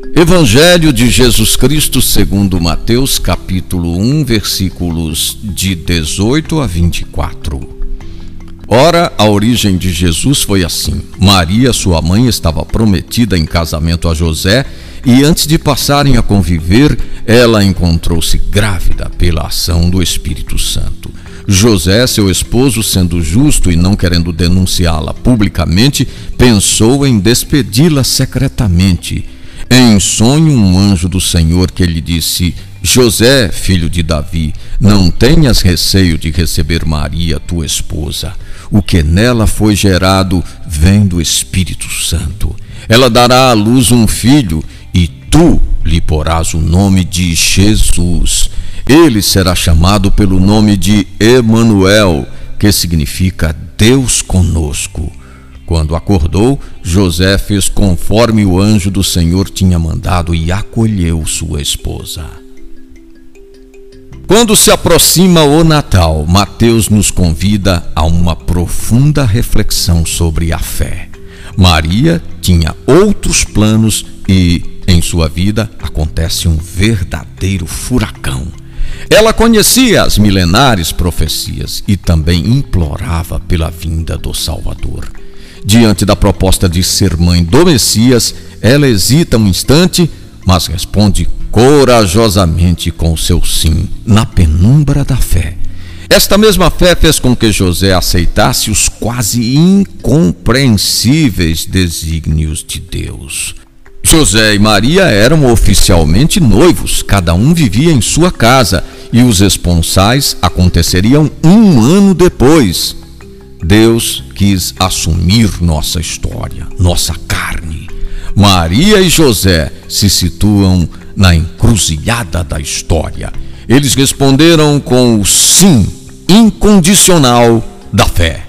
Evangelho de Jesus Cristo segundo Mateus, capítulo 1, versículos de 18 a 24. Ora, a origem de Jesus foi assim. Maria, sua mãe, estava prometida em casamento a José e antes de passarem a conviver, ela encontrou-se grávida pela ação do Espírito Santo. José, seu esposo, sendo justo e não querendo denunciá-la publicamente, pensou em despedi-la secretamente. Em sonho, um anjo do Senhor que lhe disse: José, filho de Davi, não tenhas receio de receber Maria, tua esposa. O que nela foi gerado vem do Espírito Santo. Ela dará à luz um filho e tu lhe porás o nome de Jesus. Ele será chamado pelo nome de Emanuel, que significa Deus conosco. Quando acordou, José fez conforme o anjo do Senhor tinha mandado e acolheu sua esposa. Quando se aproxima o Natal, Mateus nos convida a uma profunda reflexão sobre a fé. Maria tinha outros planos e, em sua vida, acontece um verdadeiro furacão. Ela conhecia as milenares profecias e também implorava pela vinda do Salvador. Diante da proposta de ser mãe do Messias, ela hesita um instante, mas responde corajosamente com o seu sim, na penumbra da fé. Esta mesma fé fez com que José aceitasse os quase incompreensíveis desígnios de Deus. José e Maria eram oficialmente noivos, cada um vivia em sua casa, e os esponsais aconteceriam um ano depois. Deus quis assumir nossa história, nossa carne. Maria e José se situam na encruzilhada da história. Eles responderam com o sim incondicional da fé.